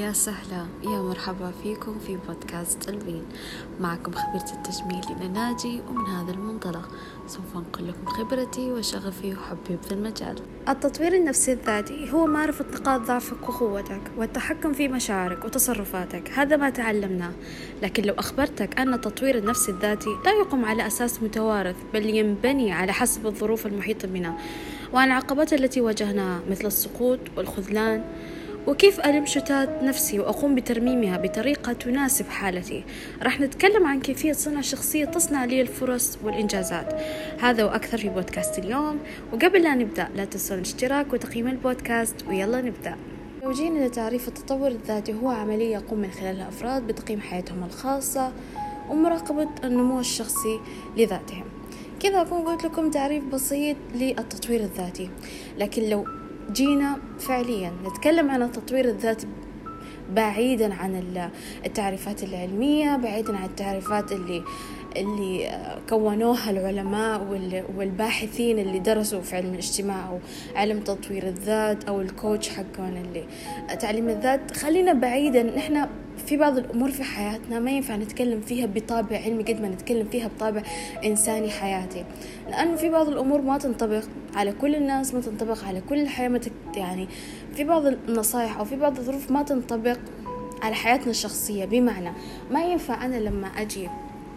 يا سهلا يا مرحبا فيكم في بودكاست البين. معكم خبيرة التجميل لنا ناجي، ومن هذا المنطلق سوف أنقل لكم خبرتي وشغفي وحبي في المجال. التطوير النفسي الذاتي هو معرفة نقاط ضعفك وقوتك والتحكم في مشاعرك وتصرفاتك. هذا ما تعلمناه، لكن لو أخبرتك أن التطوير النفسي الذاتي لا يقوم على أساس متوارث، بل ينبني على حسب الظروف المحيطة بنا وعن العقبات التي واجهناها مثل السقوط والخذلان، وكيف ألم شتات نفسي وأقوم بترميمها بطريقة تناسب حالتي. راح نتكلم عن كيفية صنع شخصية تصنع لي الفرص والإنجازات. هذا وأكثر في بودكاست اليوم. وقبل لا نبدأ لا تنسوا الاشتراك وتقييم البودكاست، ويلا نبدأ. لو جينا لتعريف التطور الذاتي، هو عملية يقوم من خلالها الأفراد بتقييم حياتهم الخاصة ومراقبة النمو الشخصي لذاتهم. كذا أكون قلت لكم تعريف بسيط للتطوير الذاتي. لكن لو جينا فعليا نتكلم عن التطوير الذاتي بعيدا عن التعريفات العلمية، بعيدا عن التعريفات اللي كونوها العلماء والباحثين اللي درسوا في علم الاجتماع أو علم تطوير الذات أو الكوتش حقون اللي تعليم الذات، خلينا بعيدا. نحن في بعض الأمور في حياتنا ما ينفع نتكلم فيها بطابع علمي قد ما نتكلم فيها بطابع إنساني حياتي، لأنه في بعض الأمور ما تنطبق على كل الناس، ما تنطبق على كل الحياة، يعني في بعض النصائح أو في بعض الظروف ما تنطبق على حياتنا الشخصية. بمعنى ما ينفع أنا لما أجي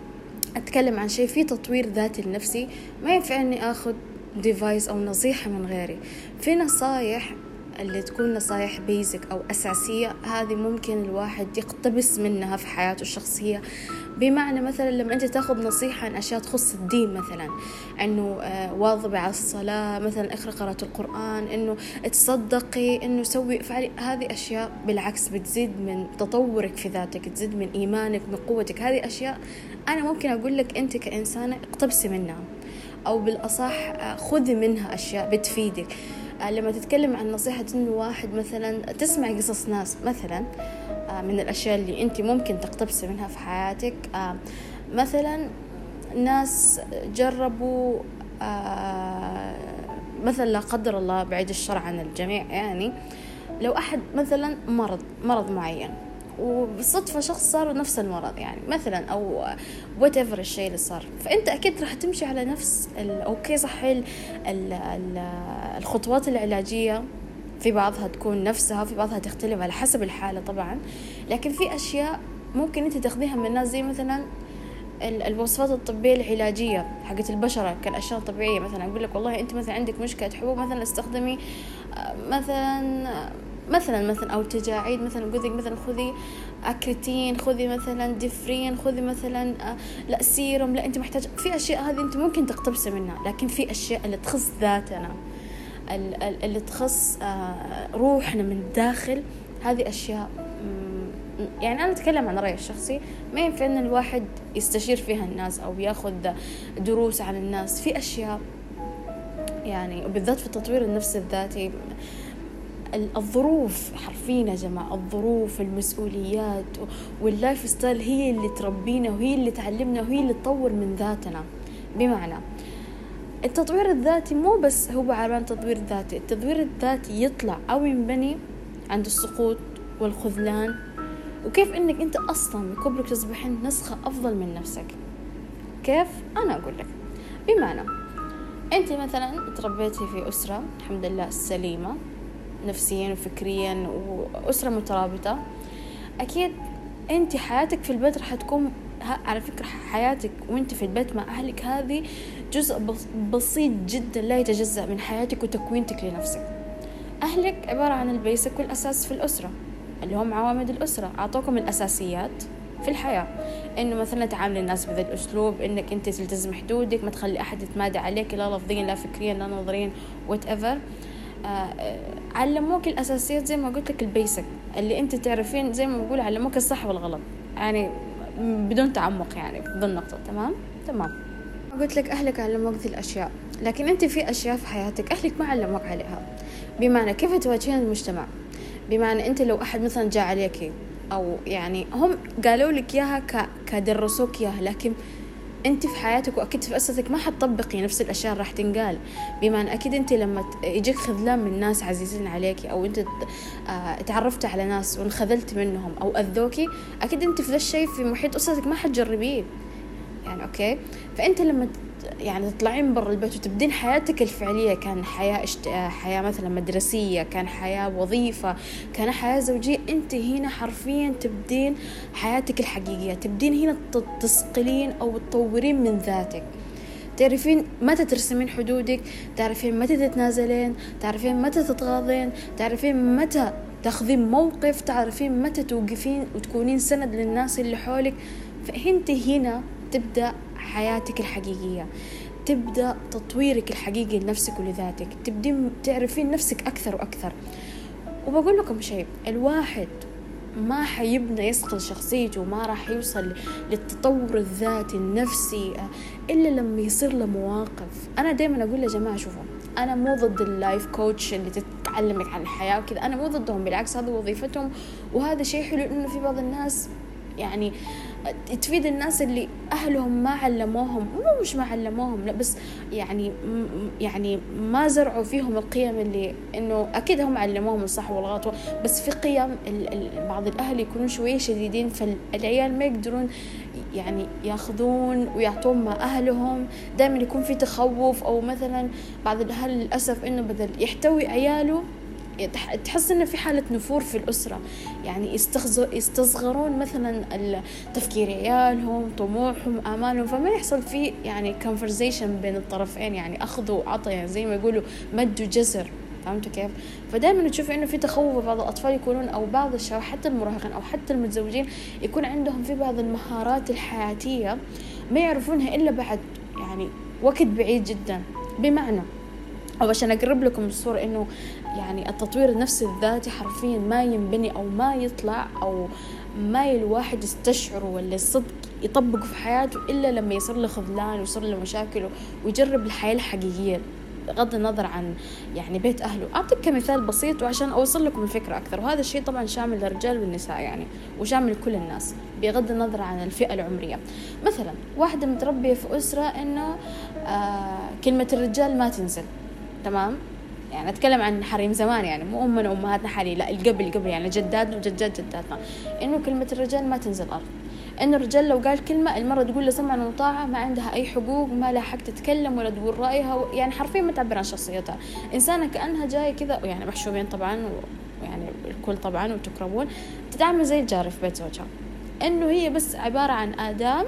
أتكلم عن شيء في تطوير ذاتي لنفسي ما ينفع أني أخذ ديفايس أو نصيحة من غيري. في نصايح اللي تكون نصايح بيزك أو أساسية، هذه ممكن الواحد يقتبس منها في حياته الشخصية. بمعنى مثلا لما أنت تأخذ نصيحة عن أشياء تخص الدين، مثلا أنه واظبي على الصلاة، مثلا اقرأ قراءة القرآن، أنه تصدقي، أنه سوي افعلي، هذه أشياء بالعكس بتزيد من تطورك في ذاتك، تزيد من إيمانك، من قوتك. هذه أشياء أنا ممكن أقول لك أنت كإنسانة اقتبسي منها، أو بالأصح خذي منها أشياء بتفيدك. لما تتكلم عن نصيحة إنه واحد مثلا تسمع قصص ناس، مثلا من الأشياء اللي أنت ممكن تقتبسي منها في حياتك، مثلا ناس جربوا مثلا لا قدر الله بعيد الشر عن الجميع، يعني لو أحد مثلا مرض معين وبالصدفة شخص صار نفس المرض، يعني مثلا أو whatever الشيء اللي صار، فأنت أكيد راح تمشي على نفس أوكي صح الخطوات العلاجية، في بعضها تكون نفسها، في بعضها تختلف على حسب الحالة طبعا. لكن في أشياء ممكن أنت تاخذيها من الناس، زي مثلا الوصفات الطبية العلاجية حقت البشرة كالأشياء الطبيعية. مثلا أقول لك والله أنت مثلا عندك مشكلة حبوب، مثلا استخدمي مثلا أو تجاعيد، مثلا قلت لك مثلا خذي أكريتين، خذي مثلا ديفرين، خذي مثلا لا سيروم، لا أنت محتاج. في أشياء هذه أنت ممكن تقتبس منها، لكن في أشياء اللي تخص ذاتنا، اللي تخص روحنا من الداخل، هذه أشياء يعني أنا أتكلم عن رأيي الشخصي، ما ينفع أن الواحد يستشير فيها الناس أو يأخذ دروس عن الناس. في أشياء يعني وبالذات في التطوير النفسي الذاتي، الظروف حرفيا يا جماعة، الظروف، المسؤوليات واللايف ستايل هي اللي تربينا وهي اللي تعلمنا وهي اللي تطور من ذاتنا. بمعنى التطوير الذاتي مو بس هو عبارة تطوير ذاتي، التطوير الذاتي يطلع أو ينبني عند السقوط والخذلان، وكيف إنك أنت أصلا بكبرك تصبحين نسخة أفضل من نفسك. كيف؟ أنا أقول لك. بمعنى أنت مثلا تربيتي في أسرة الحمد لله سليمة نفسيا وفكريا وأسرة مترابطة، أكيد أنت حياتك في البيت رح تكون، على فكرة حياتك وأنت في البيت مع أهلك هذه جزء بسيط جدا لا يتجزأ من حياتك وتكوينتك لنفسك. أهلك عبارة عن البيسك والأساس في الأسرة، اللي هم عوامد الأسرة، أعطوكم الأساسيات في الحياة، إنه مثلا تعامل الناس بهذا الأسلوب، إنك أنت تلتزم حدودك، ما تخلي أحد يتمادى عليك، لا لفظيا لا فكريا لا نظريا whatever. علموك الأساسيات زي ما قلت لك، البيسك اللي أنت تعرفين، زي ما بقول علموك الصح والغلط، يعني بدون تعمق يعني في ذي النقطة. تمام. قلت لك أهلك علموك ذي الأشياء، لكن أنت في أشياء في حياتك أهلك ما علموك عليها. بمعنى كيف تواجهين المجتمع، بمعنى أنت لو أحد مثلا جاء عليك، أو يعني هم قالوا لك إياها كدرسوك إياها، لكن انت في حياتك واكيد في أسرتك ما حتطبقي نفس الاشياء راح تنقال. بمعنى اكيد انت لما يجيك خذلان من ناس عزيزين عليك، او انت تعرفت على ناس وانخذلت منهم او اذوكي، اكيد انت في ذا الشيء في محيط اسرتك ما حتجربيه يعني. اوكي، فانت لما يعني تطلعين برا البيت وتبدين حياتك الفعلية، كان حياة مثلا مدرسية، كان حياة وظيفة، كان حياة زوجية، انت هنا حرفيا تبدين حياتك الحقيقية، تبدين هنا تسقلين او تطورين من ذاتك، تعرفين متى ترسمين حدودك، تعرفين متى تتنازلين، تعرفين متى تتغاضين، تعرفين متى تاخذين موقف، تعرفين متى توقفين وتكونين سند للناس اللي حولك. فانت هنا تبدأ حياتك الحقيقية، تبدأ تطويرك الحقيقي لنفسك ولذاتك، تبدين تعرفين نفسك أكثر وأكثر. وبقول لكم شيء، الواحد ما حيبنى يصقل شخصيته وما راح يوصل للتطور الذاتي النفسي إلا لما يصير له مواقف. أنا دايما أقول يا جماعة شوفوا، أنا مو ضد اللايف كوتش اللي تتعلمك عن الحياة وكذا، أنا مو ضدهم، بالعكس هذا وظيفتهم وهذا شيء حلو. إنه في بعض الناس يعني تفيد الناس اللي أهلهم ما علموهم، مش ما علموهم لا، بس يعني ما زرعوا فيهم القيم اللي إنه أكيد هم علموهم الصح والغلط، بس في قيم بعض الأهل يكونوا شوية شديدين، فالعيال ما يقدرون يعني ياخذون ويعطون مع أهلهم، دائما يكون في تخوف. أو مثلا بعض الأهل للأسف إنه بدل يحتوي عياله تحس إنه في حالة نفور في الأسرة، يعني يستصغرون مثلا تفكير عيالهم، طموحهم، آمالهم، فما يحصل فيه يعني conversation بين الطرفين، يعني أخذ وعطى، يعني زي ما يقولوا مد وجزر. فهمتوا كيف؟ فدائما تشوف إنه في تخوف. بعض الأطفال يكونون أو بعض الشباب حتى المراهقين أو حتى المتزوجين يكون عندهم في بعض المهارات الحياتية ما يعرفونها إلا بعد يعني وقت بعيد جدا. بمعنى أو عشان أقرب لكم الصورة، إنه يعني التطوير النفسي الذاتي حرفيا ما ينبني أو ما يطلع أو ما الواحد يستشعره ولا الصدق يطبقه في حياته إلا لما يصير له خذلان ويصير له مشاكل ويجرب الحياة الحقيقية بغض النظر عن يعني بيت أهله. أعطيك كمثال بسيط وعشان أوصل لكم الفكرة أكثر، وهذا الشيء طبعا شامل للرجال والنساء يعني، وشامل كل الناس بغض النظر عن الفئة العمرية. مثلا واحدة متربية في أسرة إنه كلمة الرجال ما تنزل، تمام؟ يعني أتكلم عن حريم زمان، يعني مو أمنا وأمهاتنا حالي، لا القبل يعني جداتنا وجدات جداتنا، إنه كلمة الرجال ما تنزل الأرض، إنه الرجال لو قال كلمة المرة تقول له سمعا وطاعة، ما عندها أي حقوق، ما لها حق تتكلم ولا تقول رأيها، يعني حرفيا ما تعبر عن شخصيتها، إنسانة كأنها جاي كذا، يعني محشوبين طبعا يعني الكل طبعا وتكرمون، تتعامل زي الجاري في بيت زوجها، إنه هي بس عبارة عن آدام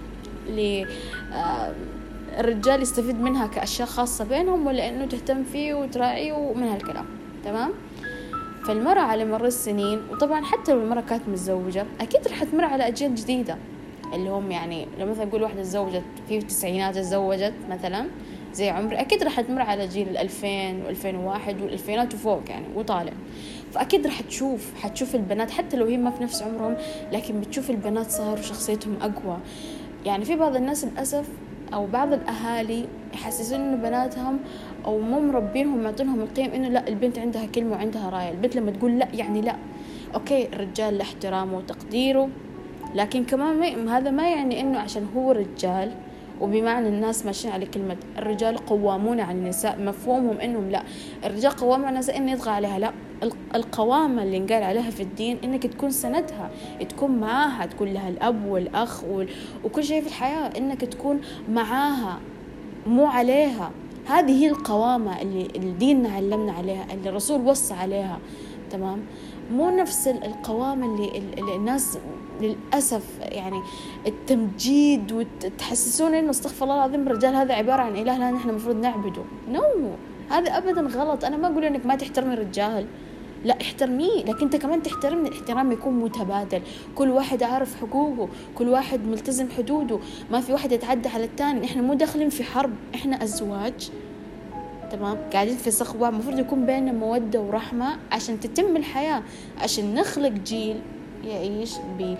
الرجال يستفيد منها كأشياء خاصة بينهم، ولا إنه تهتم فيه وتراعيه ومن هالكلام، تمام؟ فالمرأة على مر السنين، وطبعا حتى لو المرأة كانت متزوجة أكيد رح تمر على أجيال جديدة، اللي هم يعني لو مثلا نقول واحدة تزوجت في التسعينات تزوجت مثلا زي عمري، أكيد رح تمر على جيل 2000 و2001 والألفينات وفوق يعني وطالع، فأكيد رح حتشوف البنات حتى لو هي ما في نفس عمرهم، لكن بتشوف البنات صاروا شخصيتهم أقوى. يعني في بعض الناس للأسف أو بعض الأهالي يحسسون إنه بناتهم أو مو مربينهم معطينهم القيم إنه لا البنت عندها كلمة وعندها رأي، البنت لما تقول لا يعني لا. أوكي الرجال له احترامه وتقديره، لكن كمان هذا ما يعني إنه عشان هو رجال وبمعنى الناس ماشيين على كلمة الرجال قوامون على النساء، مفهومهم إنهم لا الرجال قوامون على النساء إنه يطغى عليها، لا القوامة اللي نقال عليها في الدين إنك تكون سندها، تكون معاها، تكون لها الأب والأخ وكل شيء في الحياة، إنك تكون معاها مو عليها. هذه هي القوامة اللي الدين علمنا عليها، اللي الرسول وصى عليها، تمام؟ مو نفس القوامة اللي الناس للأسف يعني التمجيد وتحسسون إنه استغفر الله العظيم الرجال هذا عبارة عن إله لا نحن مفروض نعبده. هذا أبدا غلط. أنا ما أقول إنك ما تحترمي الرجال، لا احترميه، لكن انت كمان تحترمني، الاحترام يكون متبادل، كل واحد عارف حقوقه، كل واحد ملتزم حدوده، ما في واحد يتعدى على الثاني. احنا مو داخلين في حرب، احنا ازواج، تمام؟ قاعدين في صخوة، المفروض يكون بيننا مودة ورحمة عشان تتم الحياة، عشان نخلق جيل يعيش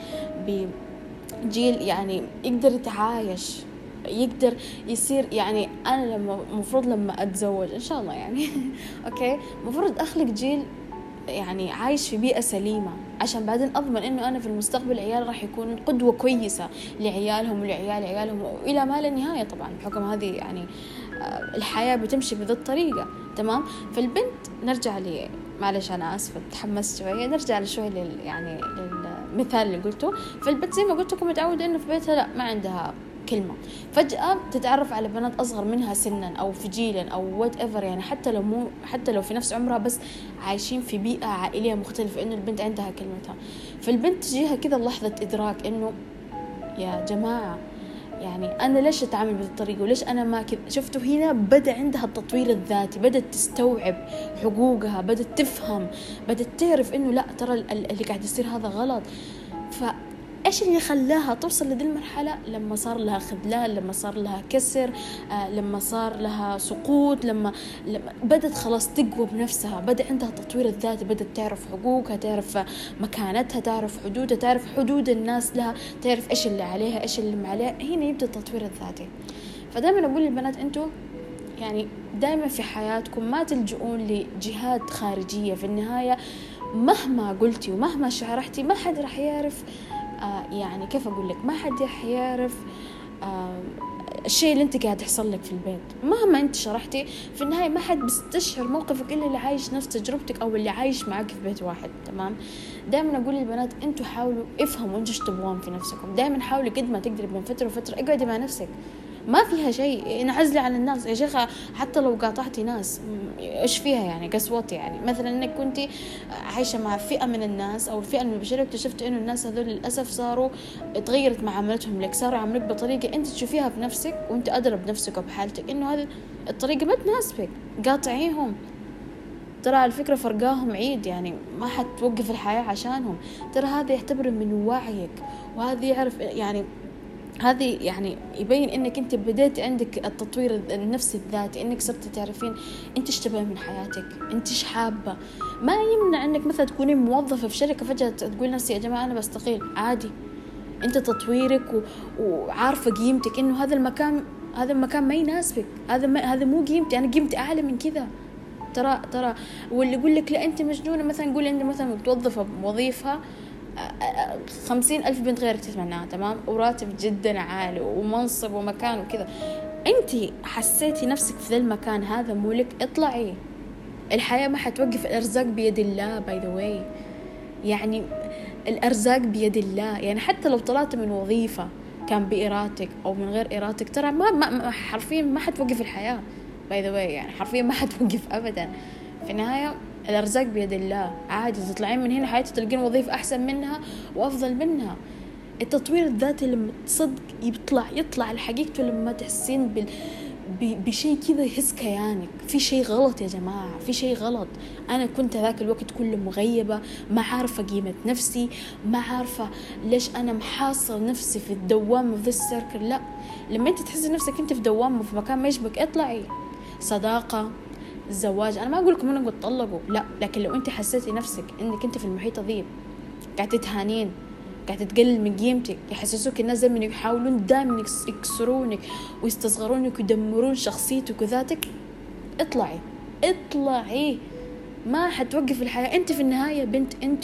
بجيل يعني يقدر يتعايش، يقدر يصير. يعني أنا مفروض لما أتزوج إن شاء الله يعني أوكي مفروض أخلق جيل يعني عايش في بيئة سليمة، عشان بعدين أضمن إنه أنا في المستقبل عيال راح يكون قدوة كويسة لعيالهم ولعيال عيالهم وإلى ما لا نهاية. طبعا بحكم هذه يعني الحياة بتمشي بذي الطريقة. تمام. فالبنت نرجع لي، معلش أنا آسفة تحمست شوية، نرجع شوي يعني للمثال اللي قلته. فالبنت زي ما قلت لكم متعودة إنه في بيتها لا ما عندها كلمة، فجأة تتعرف على بنات أصغر منها سنا أو في جيلا أو whatever، يعني حتى لو في نفس عمرها بس عايشين في بيئة عائلية مختلفة، إنه البنت عندها كلمتها. فالبنت تجيها كذا لحظة إدراك إنه يا جماعة يعني أنا ليش أتعامل بهذه الطريقة وليش أنا ما كذا. شفتوا هنا بدأ عندها التطوير الذاتي، بدأت تستوعب حقوقها، بدأت تفهم، بدأت تعرف إنه لا ترى اللي قاعد يصير هذا غلط. إيش اللي خلاها توصل لذي المرحلة؟ لما صار لها خذلان، لما صار لها كسر، لما صار لها سقوط، لما بدأت خلاص تقوى بنفسها، بدأ عندها تطوير الذاتي، بدأت تعرف حقوقها، تعرف مكانتها، تعرف حدودها، تعرف حدود الناس لها، تعرف إيش اللي عليها إيش اللي ما عليها. هنا يبدأ التطوير الذاتي. فدائما أقول للبنات أنتوا يعني دائما في حياتكم ما تلجؤون لجهات خارجية. في النهاية مهما قلتي ومهما شرحتي ما حد رح يعرف، يعني كيف أقول لك، ما حد رح يعرف الشيء اللي أنت قاعد يحصل لك في البيت. مهما أنت شرحتي في النهاية ما حد بيستشعر موقفك إلا اللي عايش نفس تجربتك أو اللي عايش معك في بيت واحد. تمام. دائما أقول للبنات أنتوا حاولوا افهموا أنتوا ايش تبغون في نفسكم. دائما حاولوا قد ما تقدري من فترة وفترة اقعدي مع نفسك، ما فيها شيء انعزلي عن الناس يا شيخة. حتى لو قاطعتي ناس ايش فيها يعني، قسوتي يعني مثلا انك كنتي عايشة مع فئة من الناس او الفئة من البشرية واكتشفت انه الناس هذول للأسف صاروا تغيرت معاملتهم لك، صاروا يعاملوك بطريقة انت تشوفيها في نفسك وانت أدرى بنفسك وبحالتك انه هذه الطريقة ما تناسبك، قاطعيهم. ترى على الفكرة فرقاهم عيد، يعني ما حد توقف الحياة عشانهم. ترى هذا يعتبر من وعيك، وهذا يعرف يعني هذه يعني يبين انك انت بديت عندك التطوير النفسي الذاتي، انك صرت تعرفين انت ايش تبغين من حياتك، انت ايش حابه. ما يمنع انك مثلا تكوني موظفه في شركه فجاه تقول نفسي يا جماعه انا بستقيل، عادي. انت تطويرك وعارفه قيمتك، انه هذا المكان ما يناسبك، هذا مو قيمتي، انا قيمتي اعلى من كذا. ترى واللي يقول لك لا انت مجنونه، مثلا قول انت مثلا متوظفه بوظيفه 50,000 بنت غيرك تتمناها، تمام، وراتب جدا عالي ومنصب ومكان وكذا، انتي حسيتي نفسك في ذا المكان هذا مو لك، اطلعي. الحياة ما حتوقف، الأرزاق بيد الله باي ذا واي، يعني الأرزاق بيد الله. يعني حتى لو طلعت من وظيفة كان بإرادتك أو من غير إرادتك، ترى ما حرفيا ما حتوقف الحياة باي ذا واي، يعني حرفيا ما حتوقف أبدا. في النهاية الأرزاق بيد الله، عادي تطلعين من هنا حياتي تلقين وظيفة أحسن منها وأفضل منها. التطوير الذاتي لما تصدق يطلع الحقيقة، لما تحسين بشيء كذا يحس كيانك في شيء غلط. يا جماعة في شيء غلط. أنا كنت ذاك الوقت كله مغيبة، ما عارفة قيمة نفسي، ما عارفة ليش أنا محاصر نفسي في الدوام في السيركل. لا، لما أنت تحس نفسك أنت في دوام وفي مكان ما يشبك، اطلعي. صداقة، الزواج، أنا ما أقول لكم إنكم تطلقوا، لا، لكن لو أنت حسيتي نفسك إنك أنت في المحيط ذي قاعد تتهانين، قاعد تقلل من قيمتك، يحسسوك الناس دائما يحاولون دائما يكسرونك ويستصغرونك ويدمرون شخصيتك وذاتك، اطلعي. ما حتوقف الحياة. أنت في النهاية بنت، أنت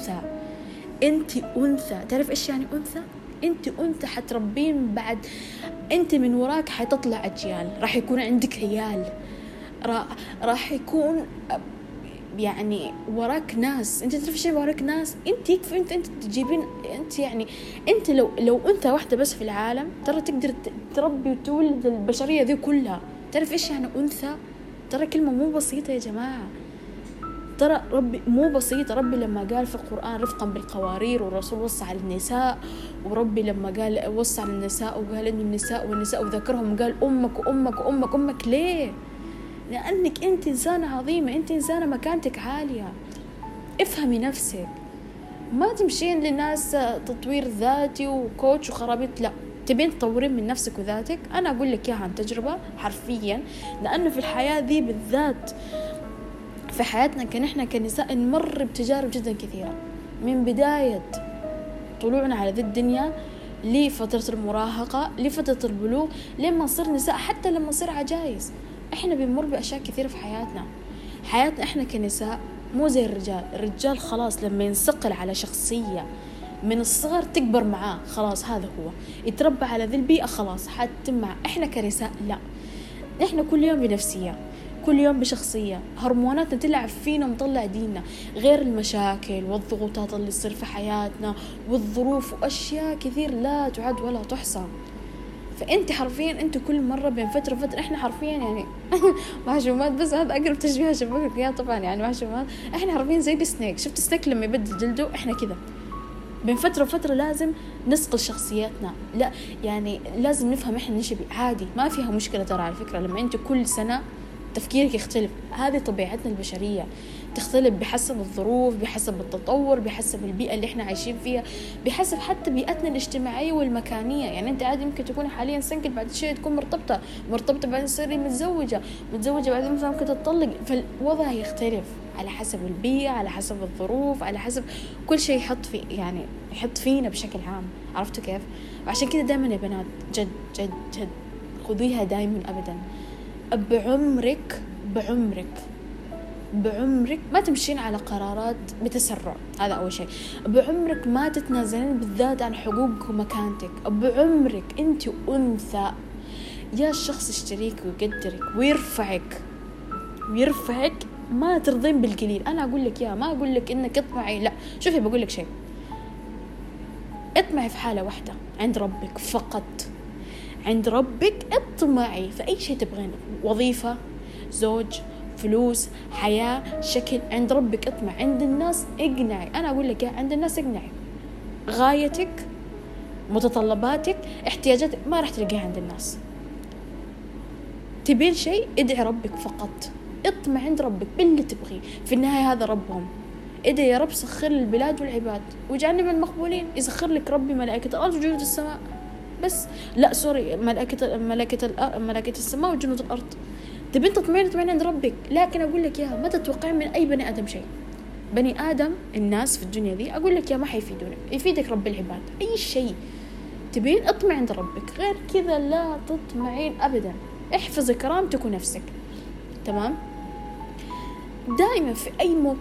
أنثى. تعرف إيش يعني أنثى؟ أنت أنثى حتربين بعد، أنت من وراك حتطلع أجيال، راح يكون عندك عيال، راح يكون يعني وراك ناس. انت تعرف شيء وراك ناس، انت يكفي انت تجيبين، انت يعني انت لو انت واحده بس في العالم ترى تقدر تربي وتولد البشريه ذي كلها. تعرف ايش يعني انثى؟ ترى كلمه مو بسيطه يا جماعه، ترى ربي مو بسيطه. ربي لما قال في القران رفقا بالقوارير، والرسول وصى على النساء، وربي لما قال وصى على النساء وقال ان النساء والنساء وذكرهم قال امك وامك وامك امك. ليه؟ لأنك أنت إنسانة عظيمة، أنت إنسانة مكانتك عالية. افهمي نفسك، ما تمشين للناس تطوير ذاتي وكوتش وخرابيط، لا، تبين تطورين من نفسك وذاتك. أنا أقول لك إياها عن تجربة حرفيا، لأنه في الحياة ذي بالذات في حياتنا نحن كنساء نمر بتجارب جدا كثيرة، من بداية طلوعنا على ذي الدنيا لفترة المراهقة لفترة البلوغ لما نصير نساء، حتى لما نصير عجائز. احنا بنمر باشياء كثيره في حياتنا احنا كنساء مو زي الرجال خلاص لما ينسقل على شخصية من الصغر تكبر معاه، خلاص هذا هو يتربى على ذي البيئة، خلاص حتتم معه. إحنا كنساء لا، إحنا كل يوم بنفسية، كل يوم بشخصية، هرموناتنا تلعب فينا ومطلع ديننا، غير المشاكل والضغوطات اللي تصير في حياتنا والظروف وأشياء كثير لا تعد ولا تحصى. فأنت حرفيا أنت كل مرة بين فترة وفترة، إحنا حرفيا يعني محشومات، بس هذا أقرب تشبيه أشبهك إياه طبعا، يعني محشومات. إحنا حرفيا زي السنيك، شفت السنيك لما يبدل جلده؟ إحنا كذا بين فترة وفترة لازم نسقل شخصياتنا. لا يعني لازم نفهم إحنا نشبي، عادي ما فيها مشكلة ترى على فكرة. لما أنت كل سنة تفكيرك يختلف، هذه طبيعتنا البشرية، تختلف بحسب الظروف، بحسب التطور، بحسب البيئة اللي احنا عايشين فيها، بحسب حتى بيئتنا الاجتماعية والمكانية. يعني انت عادي ممكن تكون حاليا سنجل، بعد شيء تكون مرتبطة بعدين تصيري متزوجة بعدين مثلا ممكن تطلق. فالوضع يختلف على حسب البيئة، على حسب الظروف، على حسب كل شيء يحط فينا بشكل عام. عرفتوا كيف؟ وعشان كده دائما يا بنات جد جد جد خذيها دائما أبدا، بعمرك ما تمشين على قرارات بتسرع، هذا أول شيء. بعمرك ما تتنازلين بالذات عن حقوقك ومكانتك. بعمرك أنت أنثى، يا الشخص يشتريك ويقدرك ويرفعك، ما ترضين بالقليل. أنا أقول لك ما أقول لك إنك اطمعي، لا شوفي بقول لك شيء، اطمعي في حالة واحدة عند ربك فقط. عند ربك اطمعي في أي شيء تبغين، وظيفة، زوج، فلوس، حياة، شكل. عند ربك اطمع. عند الناس اقنعي، أنا أقول لك عند الناس اقنعي. غايتك، متطلباتك، احتياجاتك ما راح تلقيها عند الناس. تبين شيء ادعي ربك فقط، اطمع عند ربك باللي تبغيه. في النهاية هذا ربهم. ادعي يا رب سخر البلاد والعباد واجعلني من المقبولين. يسخر لك ربي ملائكة الأرض وجنود السماء، بس لا سوري، ملائكة السماء وجنود الأرض. تبين تطمئن عند ربك. لكن أقول لك ما تتوقعين من أي بني آدم شيء. بني آدم الناس في الدنيا دي أقول لك ما حيفيدونك، يفيدك رب العباد أي شيء. تبين اطمئن عند ربك، غير كذا لا تطمئن أبدا. احفظي كرامتك ونفسك، تمام؟ دائما في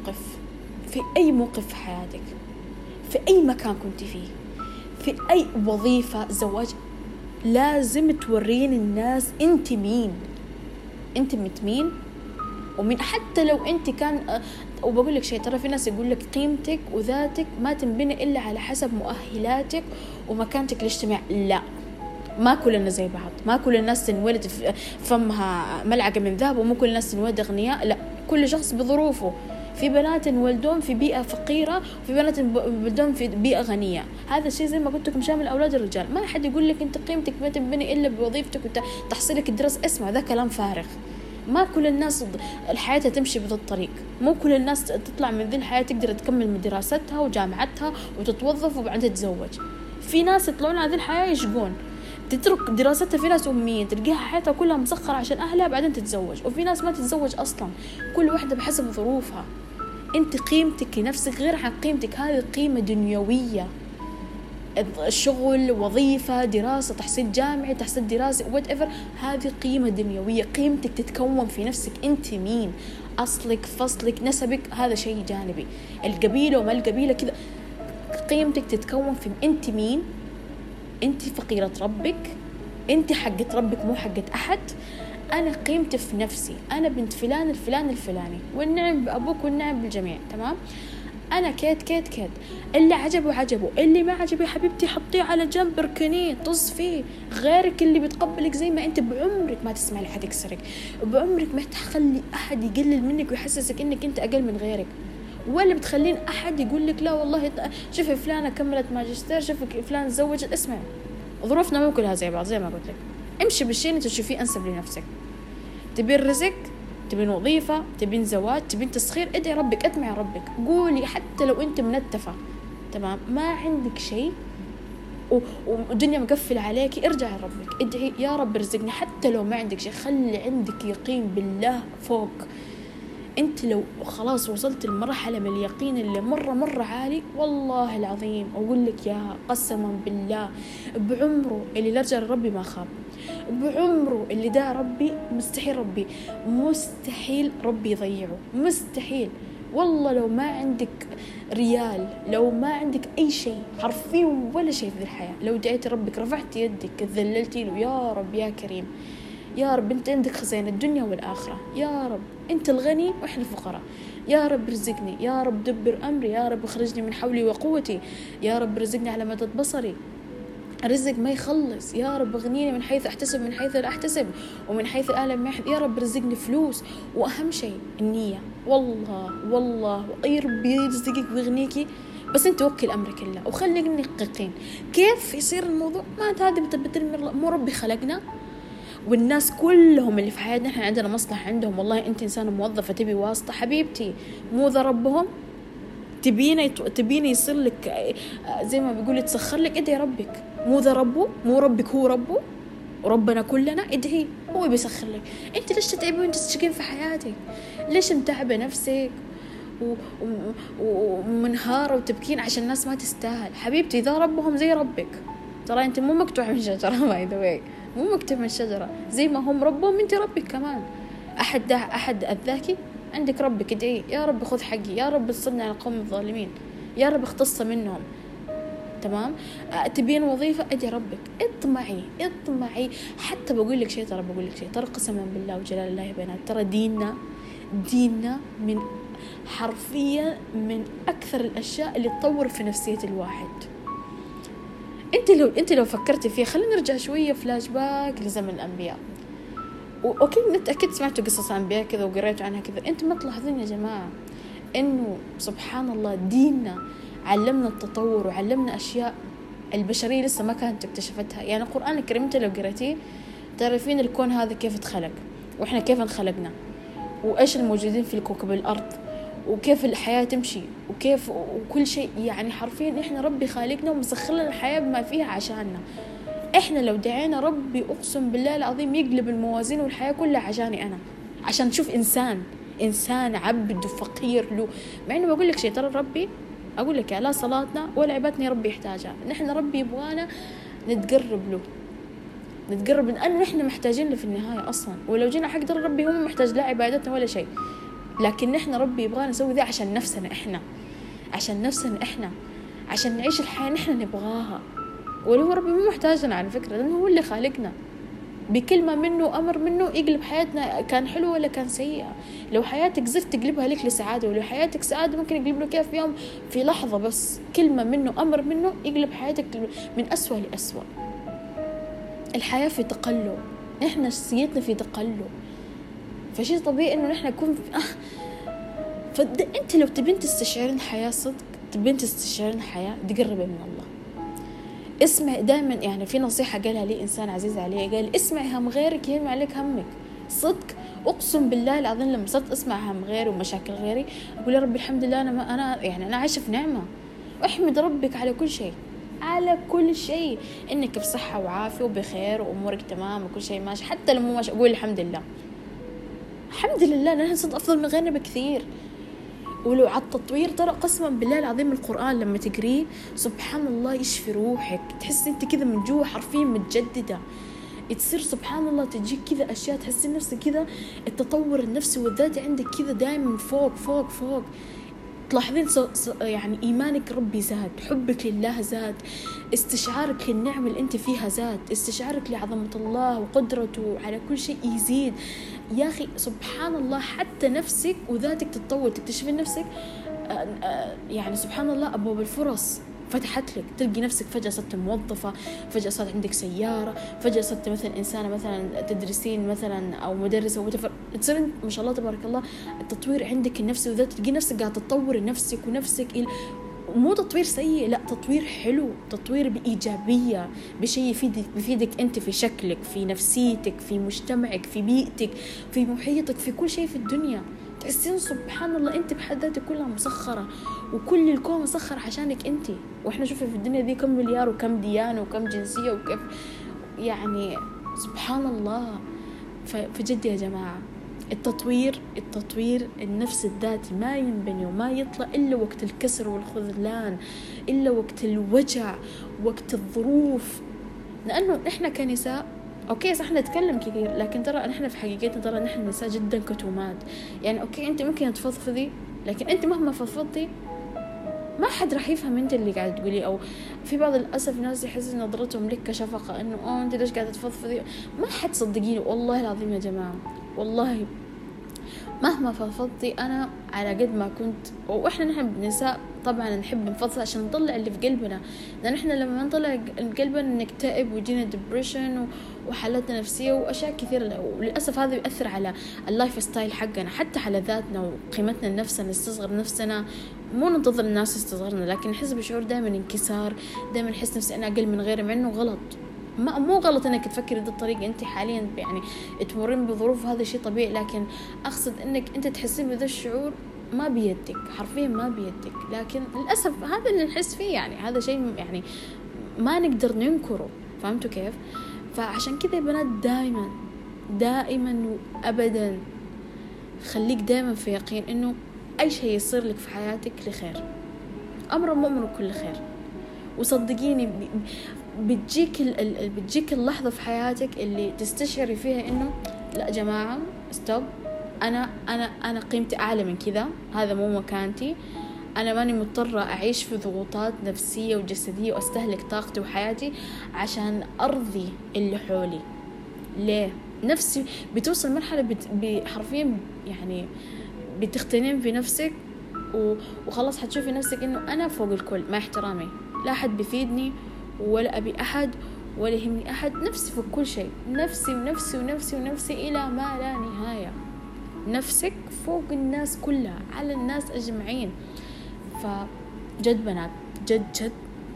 أي موقف في حياتك، في أي مكان كنت فيه، في أي وظيفة، زواج، لازم تورين الناس أنت مين، أنت مين ومين. حتى لو أنت كان، وبقول لك شيء، ترى في ناس يقول لك قيمتك وذاتك ما تنبني إلا على حسب مؤهلاتك ومكانتك الاجتماعي. لا، ما كل الناس زي بعض، ما كل الناس تنولد فمها ملعقة من ذهب، ومو كل الناس تنولد أغنياء. لا، كل شخص بظروفه. في بنات انولدون في بيئة فقيرة، وفي بنات انولدون في بيئة غنية. هذا الشيء زي ما قلت لكم شامل أولاد الرجال. ما أحد يقول لك أنت قيمتك ما تبني إلا بوظيفتك وتحصيلك الدراسة. اسمع، ذا كلام فارغ. ما كل الناس الحياة تمشي بهذا الطريق. مو كل الناس تطلع من ذي الحياة تقدر تكمل من دراستها وجامعتها وتتوظف وبعدين تتزوج. في ناس يطلعون هذه الحياة يشقون، تترك دراستها. في ناس أمية تلقيها حياتها كلها مسخرة عشان أهلها بعدين تتزوج. وفي ناس ما تتزوج أصلا. كل واحدة بحسب ظروفها. أنت قيمتك لنفسك غير عن قيمتك، هذه قيمة دنيوية. الشغل، وظيفة، دراسة، تحصيل جامعي، تحصيل دراسي، whatever، هذه قيمة دنيوية. قيمتك تتكون في نفسك. أنت مين، أصلك، فصلك، نسبك، هذا شيء جانبي. القبيلة وما القبيلة كذا. قيمتك تتكون في أنت مين. أنت فقيرة ربك، أنت حقة ربك مو حقة أحد. أنا قيمتي في نفسي، أنا بنت فلان الفلاني، والنعم بأبوك والنعم بالجميع، تمام؟ أنا كيت اللي عجبه، اللي ما عجبه حبيبتي حطيه على جنب، اركنيه، طز فيه. غيرك اللي بتقبلك زي ما أنت، بعمرك ما تسمع لحد يكسرك، بعمرك ما تخلي أحد يقلل منك ويحسسك إنك أنت أقل من غيرك، ولا بتخلين أحد يقول لك لا والله شوفي فلانة كملت ماجستير، شوفي فلان تزوجت. اسمع، ظروفنا مو كلها زي بعض. زي ما قلت لك، امشي بالشيء انت تشوفيه انسب لنفسك. تبين رزق، تبين وظيفة، تبين زواج، تبين تسخير، ادعي ربك، اطمعي ربك، قولي حتى لو انت منتفة، تمام، ما عندك شيء والدنيا مقفل عليك، ارجعي ربك، ادعي يا رب ارزقني. حتى لو ما عندك شيء، خلي عندك يقين بالله فوق. انت لو خلاص وصلت المرحلة من اليقين اللي مرة عالي، والله العظيم اقول لك يا قسما بالله، بعمره اللي لرجع لربي ما خاب، بعمره اللي دعا ربي مستحيل ربي يضيعه، مستحيل. والله لو ما عندك ريال، لو ما عندك أي شيء حرفيا ولا شيء في الحياة، لو دعيتي ربك رفعت يدك ذللتي له يا رب يا كريم يا رب أنت عندك خزائن الدنيا والآخرة، يا رب أنت الغني وإحنا الفقراء، يا رب رزقني، يا رب دبر أمري، يا رب اخرجني من حولي وقوتي، يا رب رزقني على مدى بصري، رزق ما يخلص، يا رب اغنيني من حيث احتسب من حيث لا احتسب ومن حيث أعلم ما يا رب رزقني فلوس. واهم شيء النية، والله اي ربي يرزقك ويغنيكي، بس انت وكل امرك لله وخلينا نقيقين. كيف يصير الموضوع؟ ما هذا بترمي، مو ربي خلقنا والناس كلهم اللي في حياتنا احنا عندنا مصلحة عندهم، والله انت انسانة موظفة تبي واسطة حبيبتي، مو ذا ربهم؟ تبيني يصير لك زي ما بيقول تسخر لك، ادعي ربك، مو ذا ربه، مو ربك هو ربه وربنا كلنا، ادعي هو بيسخر لك. انت ليش تتعبي وانت تشقين في حياتك؟ ليش متعبة نفسك ومنهارة وتبكين عشان الناس ما تستاهل؟ حبيبتي ذا ربهم زي ربك، ترى انت مو مقطوع من شجرة، باي ذا واي مو مقطوع من الشجرة، زي ما هم ربهم انت ربك كمان. احد اذاكي عندك ربك، ادعي يا رب خذ حقي، يا رب تصلني على القوم الظالمين، يا رب اختص منهم. تمام؟ تبين وظيفة، ادعي ربك، اطمعي. حتى بقول لك شيء، ترى قسما بالله وجلال الله يا بنات، ترى ديننا من حرفيا من اكثر الاشياء اللي تطور في نفسية الواحد. انت لو فكرتي فيه، خلينا نرجع شوية فلاش باك لزمن الانبياء. اوكي اكيد سمعتوا قصص انبياء كذا وقريتوا عنها كذا، انتم ما تلاحظون يا جماعه انه سبحان الله ديننا علمنا التطور وعلمنا اشياء البشريه لسه ما كانت اكتشفتها. يعني القران الكريم انت لو قريتيه تعرفين الكون هذا كيف اتخلق، واحنا كيف انخلقنا، وايش الموجودين في الكوكب الارض، وكيف الحياه تمشي، وكيف وكل شيء. يعني حرفيا احنا ربي خالقنا ومسخر لنا الحياه بما فيها عشاننا. احنا لو دعينا ربي اقسم بالله العظيم يقلب الموازين والحياة كلها عشاني انا، عشان تشوف انسان عبد فقير له. مع انه بقول لك شيء، ترى ربي اقول لك لا صلاتنا ولا عبادتنا ربي يحتاجها، نحن ربي يبغانا نتقرب له لانه نحن محتاجين له في النهاية اصلا. ولو جينا حق ربي هو محتاج لا عبادتنا ولا شيء، لكن نحن ربي يبغانا نسوي ذا عشان نفسنا احنا عشان نعيش الحياة نحن نبغاها. ولو ربي مو محتاجنا على فكرة، لأنه هو اللي خالقنا، بكلمة منه أمر منه يقلب حياتنا كان حلو ولا كان سيئة. لو حياتك زفت تقلبها لك لسعادة، ولو حياتك سعادة ممكن يقلب له كيف في يوم، في لحظة بس كلمة منه أمر منه يقلب حياتك من أسوأ لأسوأ. الحياة في تقلب، إحنا شخصيتنا في تقلب، فشي طبيعي إنه نحن نكون فأنت لو تبين تستشعرين الحياة صدق، تبين تستشعرين الحياة تقربي من الله. اسمع دائما، يعني في نصيحة قالها لي إنسان عزيز علي، قال اسمع هم غيرك يهم عليك همك. صدق أقسم بالله العظيم لما صرت أسمع هم غيري ومشاكل غيري أقول يا رب الحمد لله أنا عايشة في نعمة، وأحمد ربك على كل شيء إنك بصحة وعافية وبخير وأمورك تمام وكل شيء ماشي. حتى لما ماشي أقول الحمد لله نحن صدق أفضل من غيرنا بكثير. ولو على التطوير، ترى قسما بالله العظيم القرآن لما تقريه سبحان الله يشفي روحك، تحس انت كذا من جوا حرفيا متجددة، تصير سبحان الله تجيك كذا أشياء تحسي نفسك كذا التطور النفسي والذاتي عندك كذا دائما فوق. تلاحظين يعني إيمانك ربي زاد، حبك لله زاد، استشعارك للنعمة اللي أنت فيها زاد، استشعارك لعظمة الله وقدرته على كل شيء يزيد. يا أخي سبحان الله حتى نفسك وذاتك تتطور، تكتشفين نفسك يعني سبحان الله أبواب الفرص فتحت لك، تلقي نفسك فجأة صرت موظفة، فجأة صارت عندك سيارة، فجأة صرت مثلا إنسانة مثلا تدرسين مثلا أو مدرسة تصير ما شاء الله تبارك الله التطوير عندك النفسي وذات، تلقي نفسك قاعدة تطور نفسك ونفسك مو تطوير سيء، لا تطوير حلو، تطوير بإيجابية، بشيء بيفيدك أنت في شكلك، في نفسيتك، في مجتمعك، في بيئتك، في محيطك، في كل شيء في الدنيا. تحسين سبحان الله أنت بحد ذاتك كلها مسخرة، وكل الكون مسخر عشانك أنت. وإحنا شوفي في الدنيا دي كم مليار وكم ديانة وكم جنسية وكيف، يعني سبحان الله. فجد يا جماعة التطوير النفس الذاتي ما ينبني وما يطلع إلا وقت الكسر والخذلان، إلا وقت الوجع، وقت الظروف. لأنه إحنا كنساء اوكي صح نتكلم كثير، لكن ترى نحن في حقيقتنا ترى نحن نساء جدا كتومات. يعني اوكي انت ممكن تفضفضي، لكن انت مهما فضفضتي ما حد راح يفهم انت اللي قاعد تقولي. او في بعض الاسف ناس يحس نظرتهم لك كشفقه، انه انت ليش قاعده تفضفضي. ما حد صدقيني والله العظيم يا جماعه، والله مهما فضفضتي انا على قد ما كنت. واحنا نحن بنساء طبعا نحب نفضفض عشان نطلع اللي في قلبنا، لان احنا لما نطلع قلبنا نكتئب ويجينا ديبريشن وحالاتنا نفسيه واشياء كثيره. وللاسف هذا بيأثر على اللايف ستايل حقنا، حتى على ذاتنا وقيمتنا لنفسنا. نستصغر نفسنا، مو ننتظر الناس يستصغرنا، لكن نحس بشعور دائما انكسار، دائما نحس نفسي انا اقل من غيري، مع انه غلط. مو غلط انك تفكري بهذه الطريقه، انت حاليا يعني تمرين بظروف، هذا شيء طبيعي، لكن اقصد انك انت تحسين بهذا الشعور ما بيدك، حرفيا ما بيدك. لكن للاسف هذا اللي نحس فيه، يعني هذا شيء يعني ما نقدر ننكره. فهمتوا كيف؟ فعشان كذا يا بنات دائما وابدا خليك دائما في يقين انه اي شيء يصير لك في حياتك لخير، امر مؤمن كل خير. وصدقيني بتجيك اللحظة في حياتك اللي تستشعري فيها انه لا جماعة ستوب، انا قيمتي اعلى من كذا، هذا مو مكانتي، انا ماني مضطرة اعيش في ضغوطات نفسية وجسدية واستهلك طاقتي وحياتي عشان ارضي اللي حولي. ليه؟ نفسي بتوصل مرحلة حرفيا يعني بتختنين في نفسك وخلاص حتشوفي نفسك انه انا فوق الكل، مع احترامي لا احد بيفيدني ولا أبي أحد ولا يهمني أحد، نفسي فوق كل شيء، نفسي ونفسي ونفسي ونفسي إلى ما لا نهاية. نفسك فوق الناس كلها، على الناس أجمعين. فجد بنات جد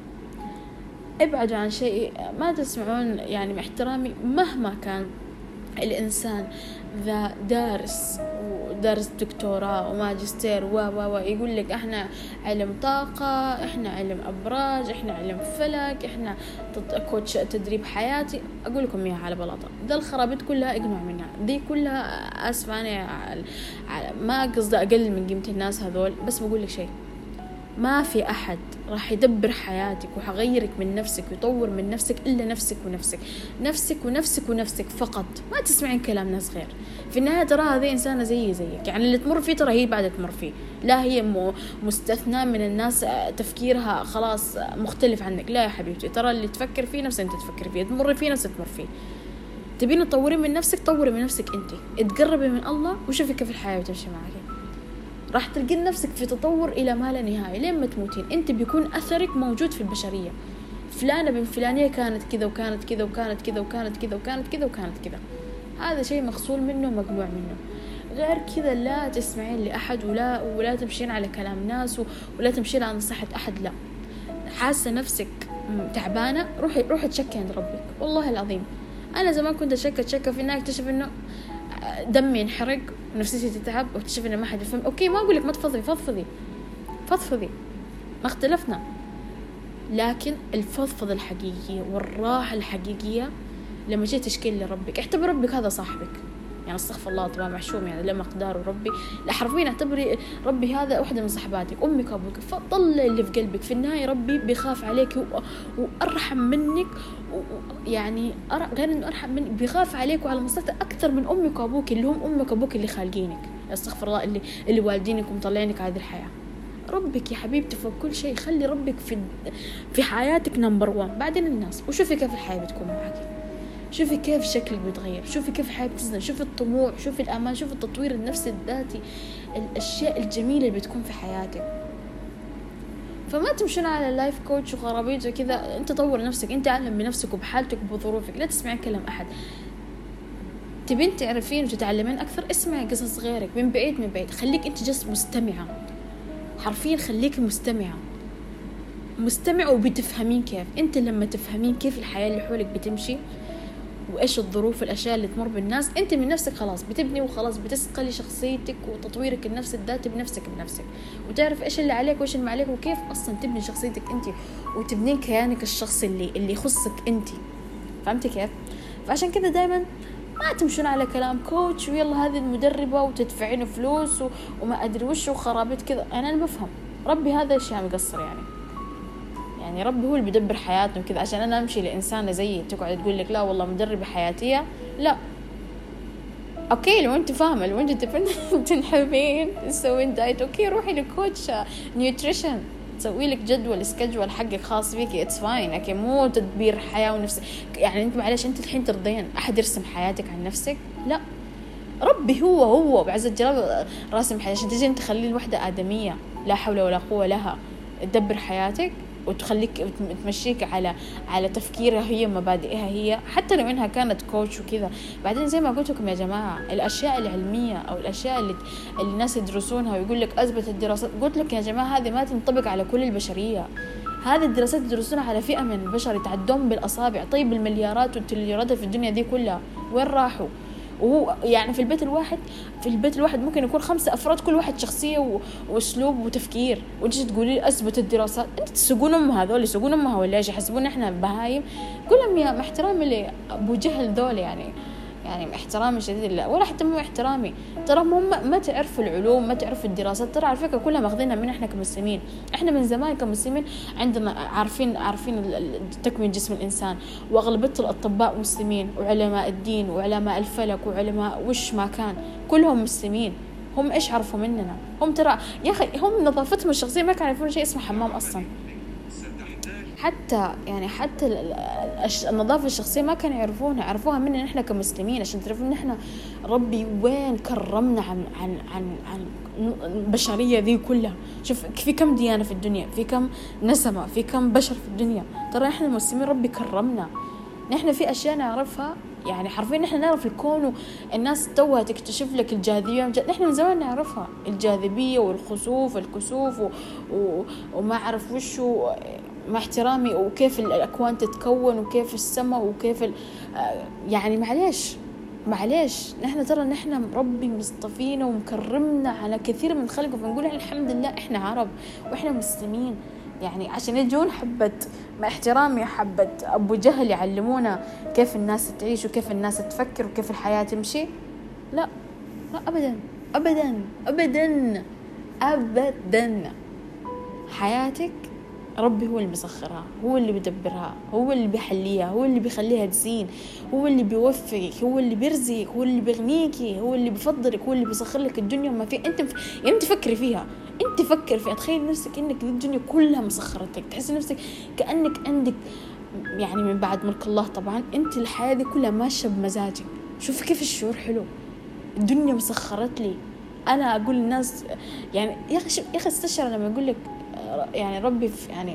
ابعدوا عن شيء ما تسمعون، يعني مع احترامي مهما كان الإنسان ذا دارس دكتوراه وماجستير يقول لك احنا علم طاقة، احنا علم ابراج، احنا علم فلك، احنا كوتش تدريب حياتي. اقول لكم اياها على بلاطة، ذا الخرابيط كلها اقنعوا منها، دي كلها اسفة انا ما قصدي اقلل من قيمة الناس هذول، بس بقول لك شيء، ما في أحد راح يدبر حياتك وحغيرك من نفسك ويطور من نفسك إلا نفسك ونفسك، نفسك ونفسك ونفسك فقط. ما تسمعين كلام ناس غير. في النهاية ترى هذه إنسانة زيك، يعني اللي تمر فيه ترى هي بعد تمر فيه، لا هي مستثنى من الناس تفكيرها خلاص مختلف عنك. لا يا حبيبتي، ترى اللي تفكر فيه نفس أنت تفكر فيه، تمر فيه نفس تمر فيه. تبين تطورين من نفسك، طوري من نفسك أنت، اتقربي من الله وشوفي كيف الحياة بتمشي معك. راح تلقين نفسك في تطور إلى ما لا نهاية لين ما تموتين. أنت بيكون أثرك موجود في البشرية. فلانة بن فلانية كانت كذا وكانت كذا وكانت كذا وكانت كذا وكانت كذا وكانت كذا. هذا شيء مغسول منه ومقموع منه. غير كذا لا تسمعين لأحد ولا تمشين على كلام ناس ولا تمشين على نصيحة أحد. لا، حاسة نفسك تعبانة، روحي تشكي عند ربك. والله العظيم أنا زمان كنت أشكى في النهاية اكتشف إنه دمي ينحرق ونفسيتي تتعب واكتشف إنه ما حد يفهم. أوكي ما أقولك ما فضفضي، ما اختلفنا، لكن الفضفضة الحقيقية والراحة الحقيقية لما جيت تشكي لربك، اعتبر ربك هذا صاحبك. يعني استغفر الله طبعا معشوم، يعني لما اقداره ربي، لا حرفيا اعتبري ربي هذا واحدة من صحباتك، امك ابوك. فطلع اللي في قلبك، في النهاية ربي بيخاف عليك وارحم منك، يعني غير انه ارحم منك بيخاف عليك وعلى مصلحتك اكثر من امك وابوك اللي هم امك وابوك اللي خالقينك. استغفر الله، اللي والدينك ومطلعينك هذه الحياة. ربك يا حبيبتي فوق كل شيء، خلي ربك في حياتك نمبر 1، بعدين الناس. وشوفي كيف الحياة بتكون معك، شوفي كيف شكلك بيتغير، شوفي كيف الحياة بتزداد، شوفي الطموح، شوفي الأمان، شوفي التطوير النفسي الذاتي، الأشياء الجميلة اللي بتكون في حياتك. فما تمشون على لايف كوتش وخرابيط وكذا. انت طور نفسك، انت اعلم بنفسك وبحالتك وبظروفك، لا تسمعين كلام أحد. تبين تعرفين وتتعلمين أكثر، اسمعي قصص غيرك من بعيد. خليك انت جس مستمعة، حرفيا خليك مستمع وبتفهمين كيف. انت لما تفهمين كيف الحياة اللي حولك بتمشي وايش الظروف الاشياء اللي تمر بالناس، انت من نفسك خلاص بتبني وخلاص بتسقلي شخصيتك وتطويرك النفسي الذاتي بنفسك وتعرف ايش اللي عليك وايش اللي ما عليك، وكيف اصلا تبني شخصيتك انت وتبنين كيانك الشخصي اللي يخصك انت. فهمتي كيف؟ فعشان كذا دائما ما تمشون على كلام كوتش ويلا هذه المدربة وتدفعين فلوس وما ادري وش وخرابيط كذا. انا بفهم ربي هذا الشيء مقصر، يعني يعني ربي هو اللي بيدبر حياتنا وكذا. عشان أنا أمشي لإنسانة زيي تقعد تقول لك لا والله مدربة حياتية، لا اوكي لو انت فاهمه، لو انت تنحبين تسوين دايت اوكي روحي لكوتش نيوتريشن تسوي لك جدول سكجول حقك خاص فيكي، اتس فاين. اوكي مو تدبير حياه ونفس. يعني انت معلش انت الحين ترضين احد يرسم حياتك عن نفسك؟ لا، ربي هو بعز الجلال راسم حياتك عشان تجي انت تخلي الوحده ادميه لا حول ولا قوه لها تدبر حياتك وتخليك تمشيك على تفكيرها هي مبادئها هي، حتى لو انها كانت كوتش وكذا. بعدين زي ما قلت لكم يا جماعه، الاشياء العلميه او الاشياء اللي الناس يدرسونها ويقول لك اثبت الدراسات، قلت لك يا جماعه هذه ما تنطبق على كل البشريه. هذه الدراسات يدرسونها على فئه من البشر يتعدون بالاصابع. طيب المليارات والتريليارات في الدنيا دي كلها وين راحوا؟ وهو يعني في البيت الواحد ممكن يكون 5 أفراد كل واحد شخصية وأسلوب وتفكير، وانت تقولي لي أثبت الدراسات؟ انت تسوقون هذول يسوقون امها ولا ايش؟ يحسبون احنا بهايم؟ كلهم يا محترامي لأبو جهل ذول، يعني احترامي شديد له، ولا حتى مو احترامي، ترى هم ما تعرفوا العلوم، ما تعرفوا الدراسات، ترى على فكره كلها ماخذينها من احنا كمسلمين. احنا من زمان كمسلمين عندنا عارفين تكوين جسم الانسان، واغلبيه الاطباء مسلمين، وعلماء الدين وعلماء الفلك وعلماء وش ما كان كلهم مسلمين. هم ايش عرفوا مننا؟ هم ترى يا اخي هم نظافتهم الشخصيه ما كانوا يعرفون شيء اسمه حمام اصلا. حتى النظافة الشخصية ما كانوا عرفوها مننا إحنا كمسلمين، عشان تعرفون إحنا ربي وين كرمنا عن البشرية ذي كلها. شوف في كم ديانة في الدنيا، في كم نسمة، في كم بشر في الدنيا، ترى إحنا المسلمين ربي كرمنا. نحن في أشياء نعرفها، يعني حرفيا نحن نعرف الكون، والناس توها تكتشف لك الجاذبية. نحن من زمان نعرفها، الجاذبية والخسوف والكسوف وما أعرف وشو، مع احترامي، وكيف الأكوان تتكون، وكيف السماء، وكيف يعني معليش نحن ترى نحن ربي مصطفينا ومكرمنا على كثير من خلقه، فنقول الحمد لله احنا عرب واحنا مسلمين. يعني عشان يجون حبة مع احترامي حبة أبو جهل يعلمونا كيف الناس تعيش وكيف الناس تفكر وكيف الحياة تمشي؟ لا أبدا أبدا أبدا أبدا. حياتك ربي هو اللي بيسخرها، هو اللي بيدبرها، هو اللي بيحليها، هو اللي بيخليها تزين، هو اللي بيوفقك، هو اللي بيرزقك، هو اللي بيغنيكي، هو اللي بيفضلك، هو اللي بيسخر لك الدنيا وما فيها. انت فكري فيها، انت فكر فيها، تخيل نفسك انك الدنيا كلها مسخرتك، تحس نفسك كأنك عندك يعني من بعد ملك الله طبعا انت الحياة دي كلها ماشية بمزاجك. شوف كيف الشعور حلو، الدنيا مسخرت لي. انا اقول للناس يعني يا اخي استشعر لما يقول لك يعني ربي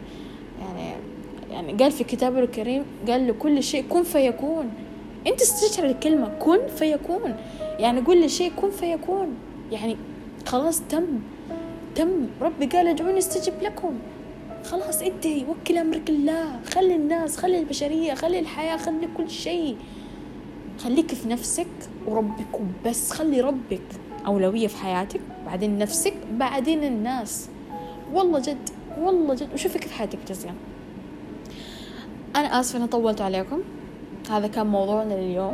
يعني قال في كتابه الكريم، قال لكل شيء كن فيكون. انت استشعر الكلمة كن فيكون، يعني قول لشيء كن فيكون، يعني خلاص تم. ربي قال ادعوني استجب لكم، خلاص انتهي، وكل امرك الله، خلي الناس، خلي البشرية، خلي الحياة، خلي كل شيء، خليك في نفسك وربك وبس. خلي ربك أولوية في حياتك، بعدين نفسك، بعدين الناس. والله جد وشوفي كيف حياتك تزين. أنا آسفة أنا طولت عليكم، هذا كان موضوعنا لليوم.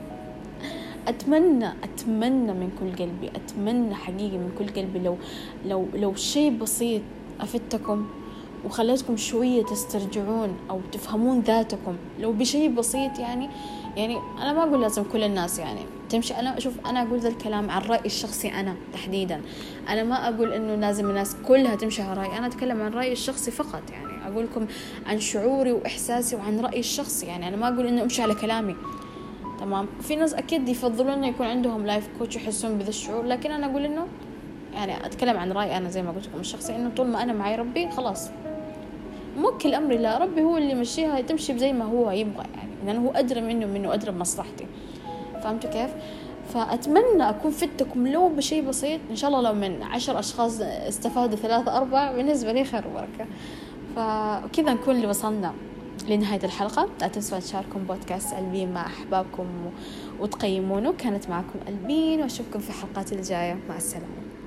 أتمنى من كل قلبي، أتمنى حقيقي من كل قلبي لو شيء بسيط أفدتكم وخليتكم شوية تسترجعون أو تفهمون ذاتكم، لو بشيء بسيط. يعني أنا ما أقول لازم كل الناس يعني تمشي. أنا أقول ذا الكلام عن رأيي الشخصي أنا تحديدا. أنا ما أقول إنه لازم الناس كلها تمشي على رأيي، أنا أتكلم عن رأيي الشخصي فقط. يعني أقول لكم عن شعوري وإحساسي وعن رأيي الشخصي. يعني أنا ما أقول إنه أمشي على كلامي، تمام. في ناس أكيد يفضلون إنه يكون عندهم لايف كوتش يحسون بذا الشعور، لكن أنا أقول إنه يعني أتكلم عن رأيي أنا زي ما قلت لكم الشخصي، إنه طول ما أنا معي ربي خلاص موكل أمري لا، ربي هو اللي يمشيها تمشي زي ما هو يبغى، يعني لأنه هو أدرى منه أدرى بمصلحتي. فهمتوا كيف؟ فأتمنى أكون فدتكم لو بشيء بسيط. إن شاء الله لو من 10 أشخاص استفادوا 3-4 بالنسبة لي خير وبركة. فكذا نكون اللي وصلنا لنهاية الحلقة. لا تنسوا تشاركون بودكاست ألبين مع أحبابكم وتقيمونه. كانت معكم ألبين، وأشوفكم في حلقات الجاية. مع السلامة.